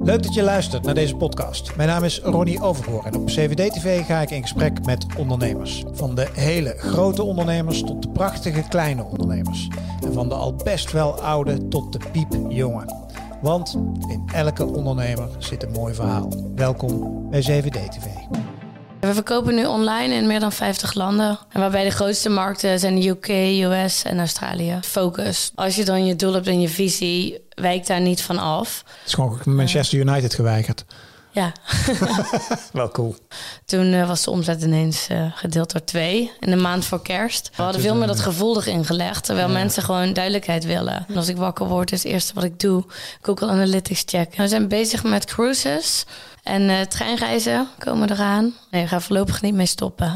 Leuk dat je luistert naar deze podcast. Mijn naam is Ronnie Overgoor en op CVD-TV ga ik in gesprek met ondernemers. Van de hele grote ondernemers tot de prachtige kleine ondernemers. En van de al best wel oude tot de piepjonge. Want in elke ondernemer zit een mooi verhaal. Welkom bij CVD-TV. We verkopen nu online in meer dan 50 landen. En waarbij de grootste markten zijn de UK, US en Australië. Focus. Als je dan je doel hebt en je visie, wijk daar niet van af. Het is gewoon Manchester United geweigerd. Ja. Wel cool. Toen was de omzet ineens gedeeld door 2 in de maand voor kerst. We hadden veel meer dat gevoel erin gelegd. Terwijl mensen gewoon duidelijkheid willen. En als ik wakker word, is het eerste wat ik doe Google Analytics checken. We zijn bezig met cruises. En treinreizen komen eraan. Nee, we gaan voorlopig niet mee stoppen.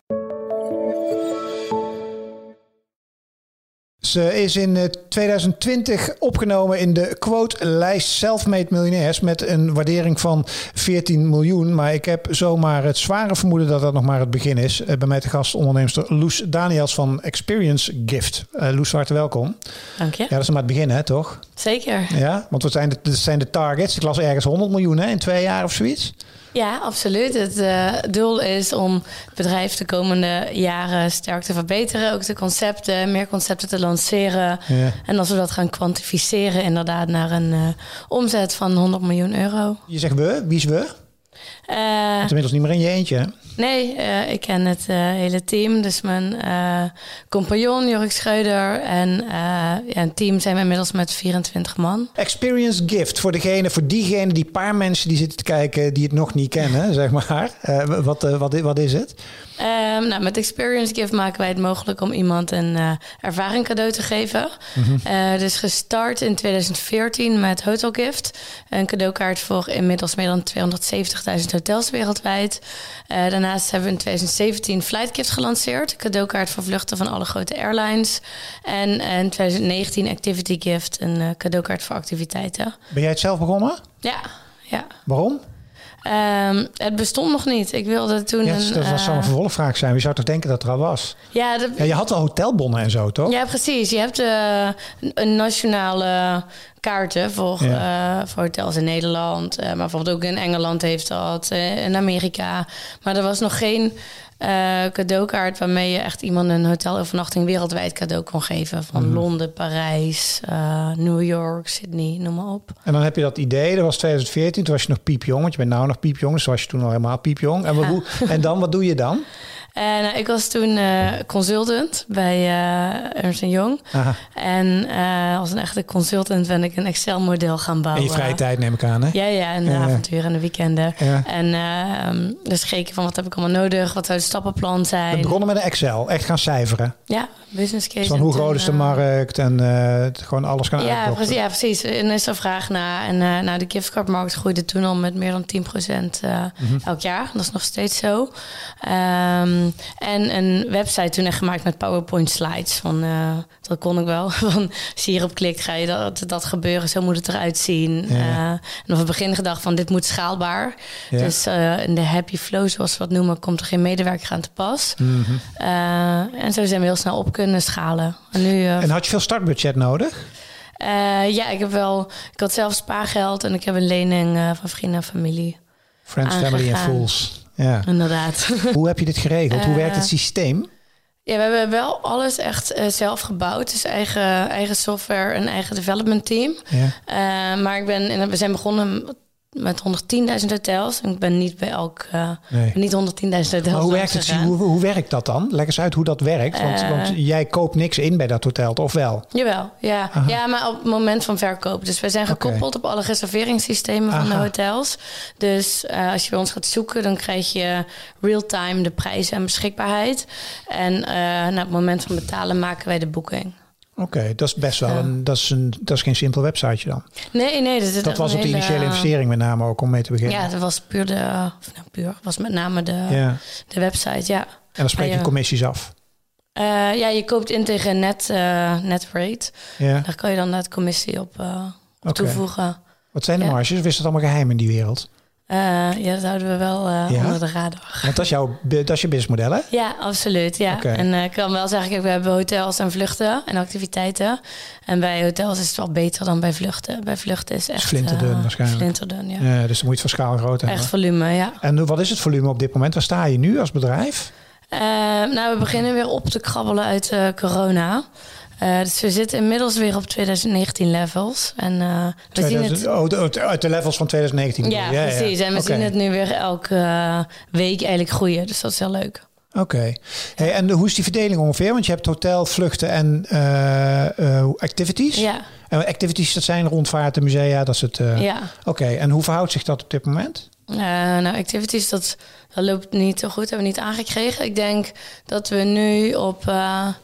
Ze is in 2020 opgenomen in de quote-lijst Selfmade Millionaires met een waardering van 14 miljoen. Maar ik heb zomaar het zware vermoeden dat dat nog maar het begin is. Bij mij te gast onderneemster Loes Daniels van Experience Gift. Loes, hartelijk welkom. Dank je. Ja, dat is maar het begin, hè, toch? Zeker. Ja, want wat zijn de targets? Ik las ergens 100 miljoen hè, in 2 jaar of zoiets. Ja, absoluut. Het doel is om het bedrijf de komende jaren sterk te verbeteren. Ook de concepten, meer concepten te lanceren. Ja. En als we dat gaan kwantificeren, inderdaad naar een omzet van 100 miljoen euro. Je zegt we, wie is we? Inmiddels niet meer in je eentje, hè? Nee, ik ken het hele team. Dus mijn compagnon, Jorik Schreuder. En een team zijn we inmiddels met 24 man. Experience Gift, voor diegene, die paar mensen die zitten te kijken die het nog niet kennen, zeg maar. Wat is het? Met Experience Gift maken wij het mogelijk om iemand een ervaring cadeau te geven. Mm-hmm. Dus gestart in 2014 met Hotel Gift. Een cadeaukaart voor inmiddels meer dan 270.000 hotels wereldwijd. Daarnaast hebben we in 2017 Flight Gift gelanceerd. Een cadeaukaart voor vluchten van alle grote airlines. En in 2019 Activity Gift, een cadeaukaart voor activiteiten. Ben jij het zelf begonnen? Ja. Waarom? Het bestond nog niet. Ik wilde toen dat zou een vervolgvraag zijn. Wie zou toch denken dat er al was? Ja, je had al hotelbonnen en zo, toch? Ja, precies. Je hebt een nationale kaarten voor hotels in Nederland. Maar bijvoorbeeld ook in Engeland heeft dat. In Amerika. Maar er was nog geen cadeaukaart waarmee je echt iemand een hotelovernachting wereldwijd cadeau kon geven. Van Londen, Parijs, New York, Sydney, noem maar op. En dan heb je dat idee, dat was 2014, toen was je nog piepjong. Want je bent nou nog piepjong, dus was je toen al helemaal piepjong. En dan, wat doe je dan? Ik was toen consultant bij Ernst & Young. Aha. En als een echte consultant ben ik een Excel-model gaan bouwen. In je vrije tijd neem ik aan, hè? Ja, en de avonturen en de weekenden. Ja. En dus gekeken van wat heb ik allemaal nodig, wat zou het stappenplan zijn. We begonnen met een Excel, echt gaan cijferen. Ja, business case. Van hoe groot is de markt en gewoon alles gaan uitkloppen. Ja, precies. En is er vraag naar. En de giftcardmarkt groeide toen al met meer dan 10% elk jaar. Dat is nog steeds zo. En een website toen echt gemaakt met PowerPoint slides. Dat kon ik wel. Als je hierop klikt, ga je dat gebeuren. Zo moet het eruit zien. Ja. En op het begin gedacht van dit moet schaalbaar. Ja. Dus in de happy flow, zoals we dat noemen, komt er geen medewerker aan te pas. Mm-hmm. En zo zijn we heel snel op kunnen schalen. En had je veel startbudget nodig? Ik had zelf spaargeld en ik heb een lening van vrienden en familie. Friends, family en fools. Ja, inderdaad. Hoe heb je dit geregeld? Hoe werkt het systeem? Ja, we hebben wel alles echt zelf gebouwd. Dus eigen software en eigen development team. Ja. Maar we zijn begonnen met 110.000 hotels. En ik ben niet bij niet 110.000 hotels. Maar hoe werkt dat dan? Leg eens uit hoe dat werkt. Want jij koopt niks in bij dat hotel, of wel? Jawel, ja. Aha. Ja, maar op het moment van verkoop. Dus wij zijn gekoppeld op alle reserveringssystemen van de hotels. Dus als je bij ons gaat zoeken, dan krijg je real-time de prijzen en beschikbaarheid. En op het moment van betalen maken wij de boeking. Oké, dat is best wel dat is geen simpel websiteje dan. Nee. Dat was op de initiële investering met name ook om mee te beginnen. Ja, dat was was met name de website, ja. En dan spreek je commissies af? Je koopt in tegen net rate. Ja. Daar kan je dan net commissie op toevoegen. Wat zijn de marges? Of is dat allemaal geheim in die wereld? Dat houden we wel onder de radar. Want dat is je businessmodel, hè? Ja, absoluut. Ja. Okay. En ik kan wel zeggen, we hebben hotels en vluchten en activiteiten. En bij hotels is het wel beter dan bij vluchten. Bij vluchten is echt... flinterdun waarschijnlijk. Flinterdun, ja. Dus dan moet je het van schaal groot hebben. Echt volume, ja. En wat is het volume op dit moment? Waar sta je nu als bedrijf? We beginnen weer op te krabbelen uit corona. Dus we zitten inmiddels weer op 2019 levels. En zien het... uit de levels van 2019? Ja, precies. Ja. En we zien het nu weer elke week eigenlijk groeien. Dus dat is heel leuk. Oké. Hey, en hoe is die verdeling ongeveer? Want je hebt hotel, vluchten en activities. Ja. En activities, dat zijn rondvaarten, musea, dat is het... Ja. Oké. En hoe verhoudt zich dat op dit moment? Activities, dat loopt niet zo goed. Hebben we niet aangekregen. Ik denk dat we nu op 60%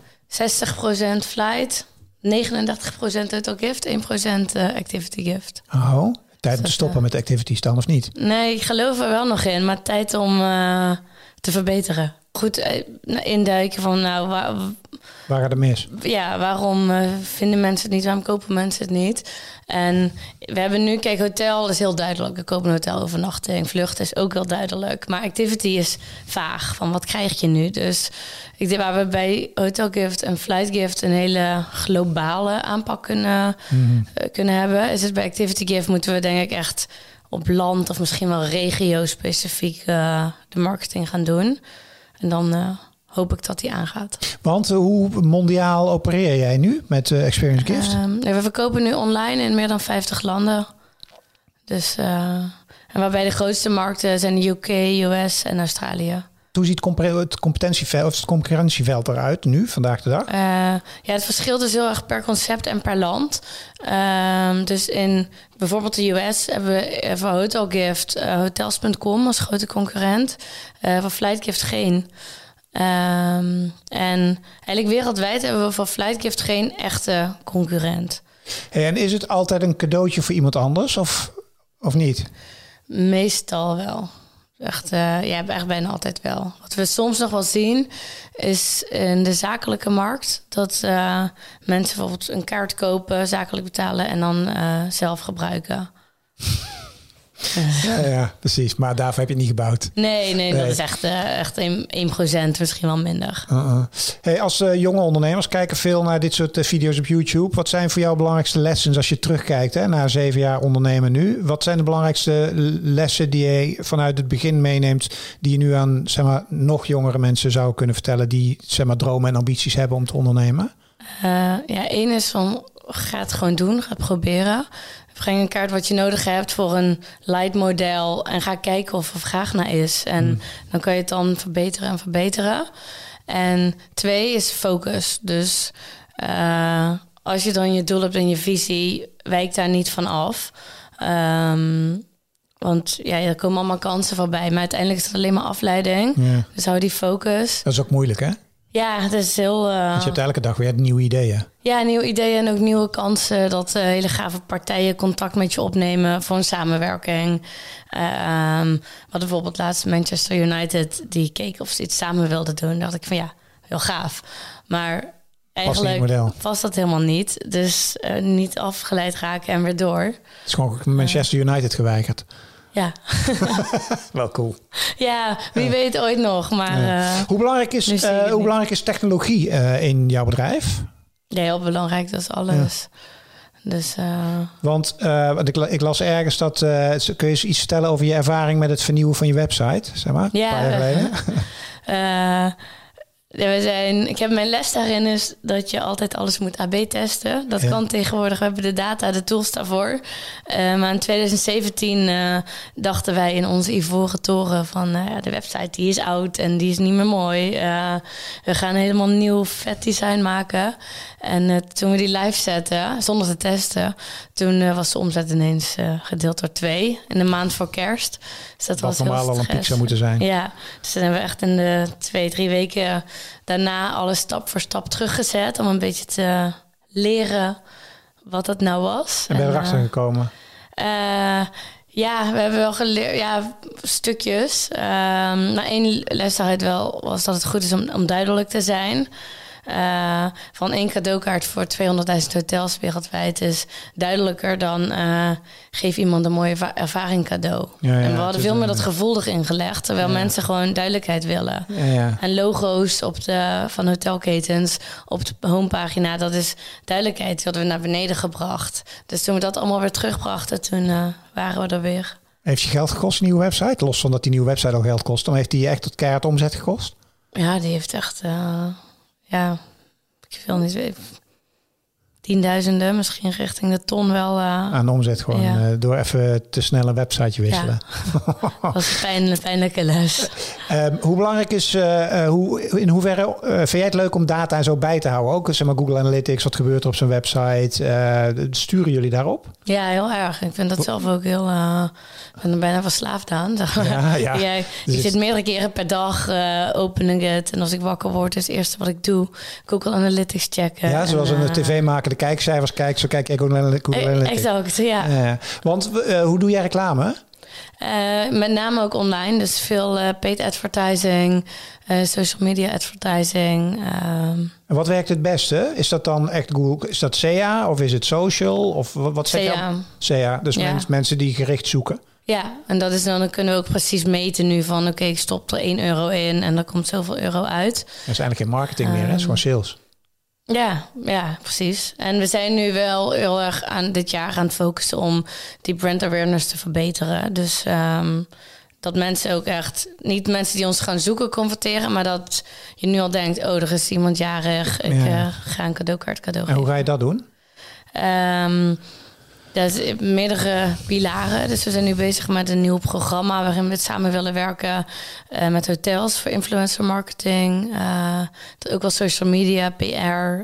flight, 39% total gift, 1% activity gift. Oh, tijd om te stoppen met activities dan, of niet? Nee, ik geloof er wel nog in. Maar tijd om te verbeteren. Goed induiken van waar gaat het mis? Ja, waarom vinden mensen het niet? Waarom kopen mensen het niet? En we hebben nu, kijk, hotel is heel duidelijk. We kopen een hotelovernachting. Vlucht is ook wel duidelijk. Maar activity is vaag. Van wat krijg je nu? Dus ik denk waar we bij Hotel Gift en Flight Gift een hele globale aanpak kunnen hebben, is het bij Activity Gift moeten we denk ik echt op land of misschien wel regio-specifiek de marketing gaan doen. En dan hoop ik dat die aangaat. Want hoe mondiaal opereer jij nu met Experience Gift? We verkopen nu online in meer dan 50 landen. Dus, en waarbij de grootste markten zijn de UK, US en Australië. Hoe ziet het competentieveld of het concurrentieveld eruit nu, vandaag de dag? Het verschilt dus heel erg per concept en per land. Dus in bijvoorbeeld de US hebben we voor Hotel Gift hotels.com als grote concurrent. Voor Flight Gift geen. En eigenlijk wereldwijd hebben we voor Flight Gift geen echte concurrent. Hey, en is het altijd een cadeautje voor iemand anders of niet? Meestal wel. Echt bijna altijd wel. Wat we soms nog wel zien is in de zakelijke markt dat mensen bijvoorbeeld een kaart kopen, zakelijk betalen en dan zelf gebruiken. Ja, precies. Maar daarvoor heb je het niet gebouwd. Nee. Dat is echt 1%, misschien wel minder. Hey, als jonge ondernemers kijken veel naar dit soort video's op YouTube. Wat zijn voor jou belangrijkste lessons als je terugkijkt naar 7 jaar ondernemen nu? Wat zijn de belangrijkste lessen die je vanuit het begin meeneemt, die je nu aan nog jongere mensen zou kunnen vertellen die dromen en ambities hebben om te ondernemen? Één is van ga het gewoon doen, ga het proberen. Breng een kaart wat je nodig hebt voor een light model en ga kijken of er vraag naar is. En dan kan je het dan verbeteren. En 2 is focus. Dus als je dan je doel hebt en je visie, wijk daar niet van af. Want er komen allemaal kansen voorbij. Maar uiteindelijk is het alleen maar afleiding. Ja. Dus hou die focus. Dat is ook moeilijk, hè? Ja, het is heel... Want je hebt elke dag weer nieuwe ideeën. Ja, nieuwe ideeën en ook nieuwe kansen. Dat hele gave partijen contact met je opnemen voor een samenwerking. Wat bijvoorbeeld laatst Manchester United, die keek of ze iets samen wilden doen. Dacht ik van heel gaaf. Maar eigenlijk was dat helemaal niet. Dus niet afgeleid raken en weer door. Het is gewoon Manchester United geweigerd. Ja. Wel cool. Ja, wie weet ooit nog. Maar, hoe belangrijk is technologie in jouw bedrijf? Ja, heel belangrijk. Dat is alles. Ja. Dus, Want ik las ergens dat... kun je eens iets vertellen over je ervaring met het vernieuwen van je website? Zeg maar, een paar jaar geleden. Ik heb mijn les daarin is dat je altijd alles moet AB testen. Dat kan tegenwoordig. We hebben de data, de tools daarvoor. Maar in 2017 dachten wij in onze ivoren toren van de website die is oud en die is niet meer mooi. We gaan helemaal nieuw vet design maken. En toen we die live zetten, zonder te testen, toen was de omzet ineens gedeeld door 2 in de maand voor kerst. Dus dat was normaal al een piek zou moeten zijn. Ja, dus dan hebben we echt in de 2-3 weken daarna alles stap voor stap teruggezet om een beetje te leren wat dat nou was. En ben je erachter gekomen? Ja, we hebben wel geleerd, stukjes. Maar 1 les daaruit wel was dat het goed is om duidelijk te zijn. van 1 cadeaukaart voor 200.000 hotels wereldwijd is duidelijker dan geef iemand een mooie ervaring cadeau. Ja, en we hadden veel meer dat gevoel erin gelegd, terwijl mensen gewoon duidelijkheid willen. Ja. En logo's van hotelketens op de homepagina, dat is duidelijkheid. Die hadden we naar beneden gebracht. Dus toen we dat allemaal weer terugbrachten, toen waren we er weer. Heeft je geld gekost, een nieuwe website? Los van dat die nieuwe website al geld kost. Dan heeft die echt tot keihard omzet gekost? Ja, die heeft echt... ik wil niet weten... Tienduizenden, misschien richting de ton wel. Aan omzet gewoon, door even te snel een websiteje wisselen. Ja. Dat was een pijnlijke les. Hoe belangrijk is, in hoeverre vind jij het leuk om data en zo bij te houden? Ook zeg maar Google Analytics, wat gebeurt er op zijn website? Sturen jullie daarop? Ja, heel erg. Ik vind dat zelf ook heel... ik ben er bijna verslaafd aan. Je zit meerdere keren per dag, open ik het. En als ik wakker word, is het eerste wat ik doe Google Analytics checken. Ja, zoals een tv maken de kijkcijfers kijkt, zo kijk ik Google Analytics. Exact, ja. Want hoe doe jij reclame? Met name ook online. Dus veel paid advertising, social media advertising. En wat werkt het beste? Is dat dan echt Google? Is dat SEA of is het social? Of wat zeg je? SEA. Dus mensen die gericht zoeken. Ja, en dat is dan kunnen we ook precies meten nu van oké, ik stop er €1 in en dan komt zoveel euro uit. Dat is eigenlijk geen marketing meer, hè? Het is gewoon sales. Ja, precies. En we zijn nu wel heel erg dit jaar aan het focussen om die brand awareness te verbeteren. Dus dat mensen ook echt, niet mensen die ons gaan zoeken converteren, maar dat je nu al denkt, er is iemand jarig, ik ga een cadeau geven. En hoe ga je dat doen? Dat is meerdere pilaren. Dus we zijn nu bezig met een nieuw programma waarin we samen willen werken met hotels voor influencer marketing. Ook wel social media, PR.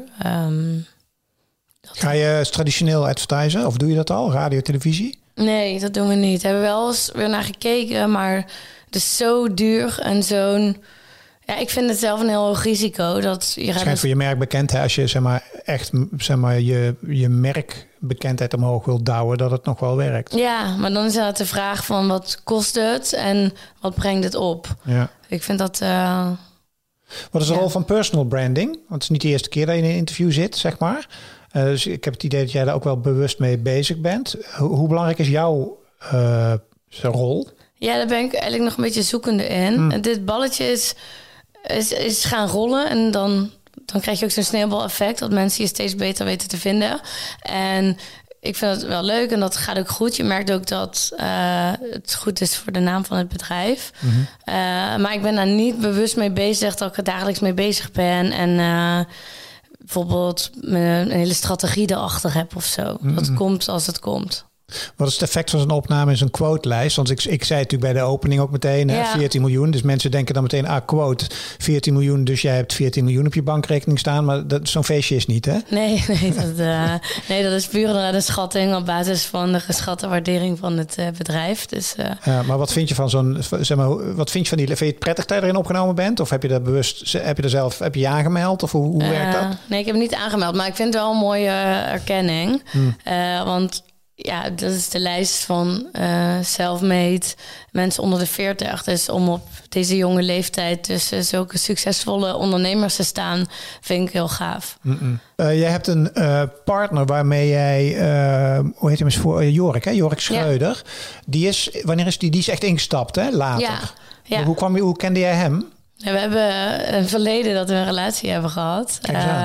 Ga je traditioneel advertisen of doe je dat al? Radio, televisie? Nee, dat doen we niet. We hebben wel eens weer naar gekeken, maar het is zo duur en zo'n... Ja, ik vind het zelf een heel hoog risico. Dat je schijnt voor je merkbekendheid, als je echt je merkbekendheid omhoog wilt douwen, dat het nog wel werkt. Ja, maar dan is het de vraag van wat kost het en wat brengt het op? Ja. Ik vind dat... Wat is de rol van personal branding? Want het is niet de eerste keer dat je in een interview zit, zeg maar. Dus ik heb het idee dat jij daar ook wel bewust mee bezig bent. Hoe belangrijk is jouw rol? Ja, daar ben ik eigenlijk nog een beetje zoekende in. Dit balletje is gaan rollen en dan krijg je ook zo'n sneeuwbaleffect dat mensen je steeds beter weten te vinden. En ik vind het wel leuk en dat gaat ook goed. Je merkt ook dat het goed is voor de naam van het bedrijf. Maar ik ben daar niet bewust mee bezig dat ik er dagelijks mee bezig ben en bijvoorbeeld een hele strategie erachter heb of zo. Dat komt als het komt. Wat is het effect van zo'n opname in zo'n quote-lijst? Want ik zei natuurlijk bij de opening ook meteen, 14 miljoen. Dus mensen denken dan meteen, quote, 14 miljoen. Dus jij hebt 14 miljoen op je bankrekening staan. Maar zo'n feestje is niet, hè? Nee, dat is puur een schatting op basis van de geschatte waardering van het bedrijf. Dus, maar wat vind je van wat vind je van die? Vind je het prettig dat je erin opgenomen bent? Of heb je dat bewust, heb je aangemeld? Of hoe werkt dat? Nee, ik heb het niet aangemeld. Maar ik vind het wel een mooie erkenning. Want ja, dat is de lijst van self-made mensen onder de 40. Dus om op deze jonge leeftijd tussen zulke succesvolle ondernemers te staan, vind ik heel gaaf. Jij hebt een partner waarmee jij, hoe heet hem eens voor? Jorik, hè? Jorik Schreuder. Ja. Wanneer is die is echt ingestapt, hè? Later. Ja. Hoe kende jij hem? Ja, we hebben een verleden dat we een relatie hebben gehad.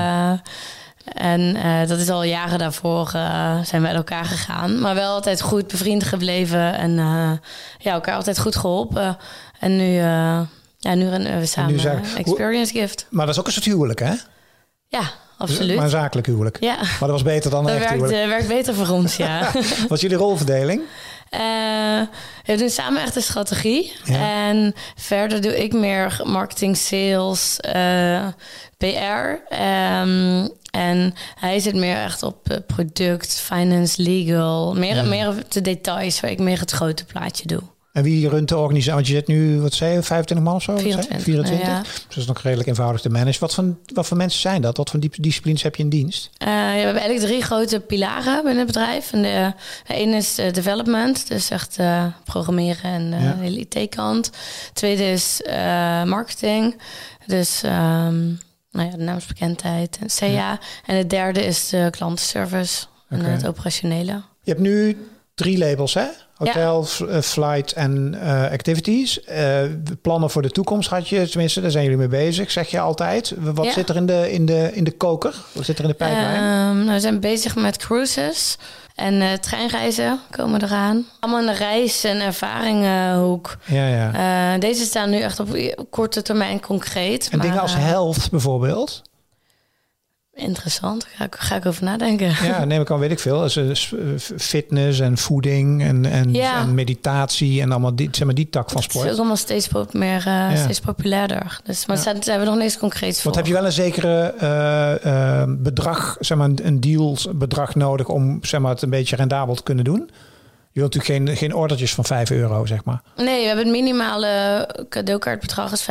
En dat is al jaren daarvoor zijn we uit elkaar gegaan. Maar wel altijd goed bevriend gebleven. En elkaar altijd goed geholpen. En nu rennen we samen Experience Gift. Maar dat is ook een soort huwelijk, hè? Ja, absoluut. Maar een zakelijk huwelijk. Ja. Maar dat was beter dan een echt huwelijk. Dat werkt beter voor ons, ja. Wat is jullie rolverdeling? We doen samen echt een strategie. Ja. En verder doe ik meer marketing, sales, PR. En hij zit meer echt op product, finance, legal. Meer op de details waar ik meer het grote plaatje doe. En wie runt de organisatie? Want je zit nu, wat zei je, 25 man of zo? 24. Ja. Dus dat is nog redelijk eenvoudig te managen. Wat voor mensen zijn dat? Wat voor disciplines heb je in dienst? We hebben eigenlijk 3 grote pilaren binnen het bedrijf. En de ene is development, dus echt programmeren en de hele IT-kant. Tweede is marketing. Dus de naamsbekendheid en CA. Ja. En het derde is de klantenservice en het operationele. Je hebt nu 3 labels, hè? Hotel, flight en activities. Plannen voor de toekomst had je, tenminste, daar zijn jullie mee bezig, zeg je altijd. Wat zit er in de koker? Wat zit er in de pijplijn? We zijn bezig met cruises en treinreizen komen eraan. Allemaal in de reis- en ervaringenhoek. Ja. Deze staan nu echt op korte termijn concreet. En dingen als health bijvoorbeeld? Interessant, ga ik over nadenken. Ja, neem ik aan, weet ik veel. Dus fitness en voeding en meditatie en allemaal die tak van sport. Het is ook allemaal steeds populairder. Dus, maar daar hebben we nog niks concreets voor. Want heb je wel een zekere bedrag, zeg maar een dealsbedrag nodig om zeg maar, het een beetje rendabel te kunnen doen? Je wilt natuurlijk geen ordertjes van €5, zeg maar. Nee, we hebben het minimale cadeaukaartbedrag is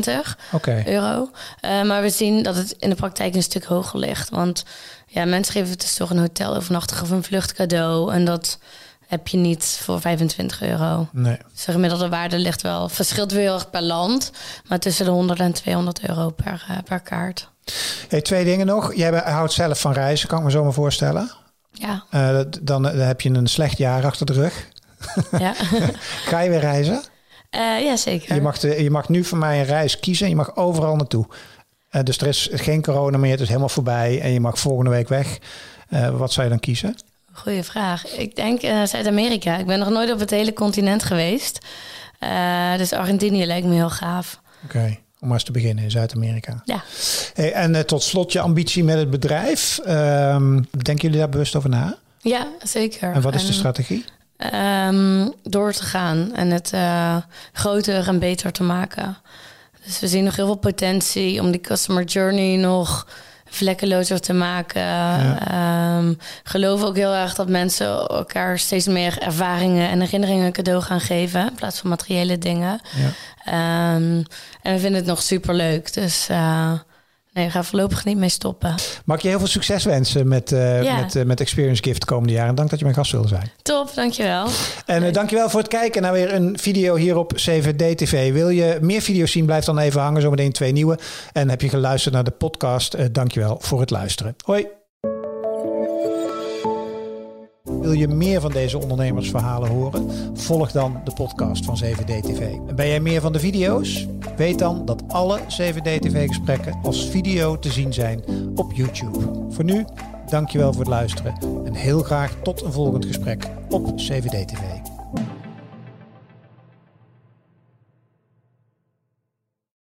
€25. Maar we zien dat het in de praktijk een stuk hoger ligt. Want mensen geven het dus toch een hotelovernachting of een vluchtcadeau. En dat heb je niet voor €25. Nee. Dus de gemiddelde waarde verschilt weer heel erg per land. Maar tussen de €100 en €200 per kaart. Hey, 2 dingen nog. Jij houdt zelf van reizen, kan ik me zo maar voorstellen. Ja. Dan heb je een slecht jaar achter de rug. Ja. Ga je weer reizen? Ja, zeker. Je mag nu van mij een reis kiezen en je mag overal naartoe. Dus er is geen corona meer, het is helemaal voorbij en je mag volgende week weg. Wat zou je dan kiezen? Goeie vraag. Ik denk Zuid-Amerika. Ik ben nog nooit op het hele continent geweest. Dus Argentinië lijkt me heel gaaf. Oké. Om maar eens te beginnen in Zuid-Amerika. Ja. Hey, en tot slot je ambitie met het bedrijf. Denken jullie daar bewust over na? Ja, zeker. En wat is de strategie? Door te gaan en het groter en beter te maken. Dus we zien nog heel veel potentie om die customer journey nog vlekkelozer te maken. Geloof ook heel erg dat mensen elkaar steeds meer ervaringen en herinneringen cadeau gaan geven in plaats van materiële dingen. Ja. En we vinden het nog superleuk. Dus we gaan voorlopig niet mee stoppen. Mag ik je heel veel succes wensen met Experience Gift de komende jaren. Dank dat je mijn gast wilde zijn. Top, dankjewel. En dankjewel voor het kijken naar weer een video hier op CVD TV. Wil je meer video's zien, blijf dan even hangen. Zometeen 2 nieuwe. En heb je geluisterd naar de podcast, dankjewel voor het luisteren. Hoi. Wil je meer van deze ondernemersverhalen horen? Volg dan de podcast van CVD TV. En ben jij meer van de video's? Weet dan dat alle CVD TV gesprekken als video te zien zijn op YouTube. Voor nu, dankjewel voor het luisteren. En heel graag tot een volgend gesprek op CVD TV.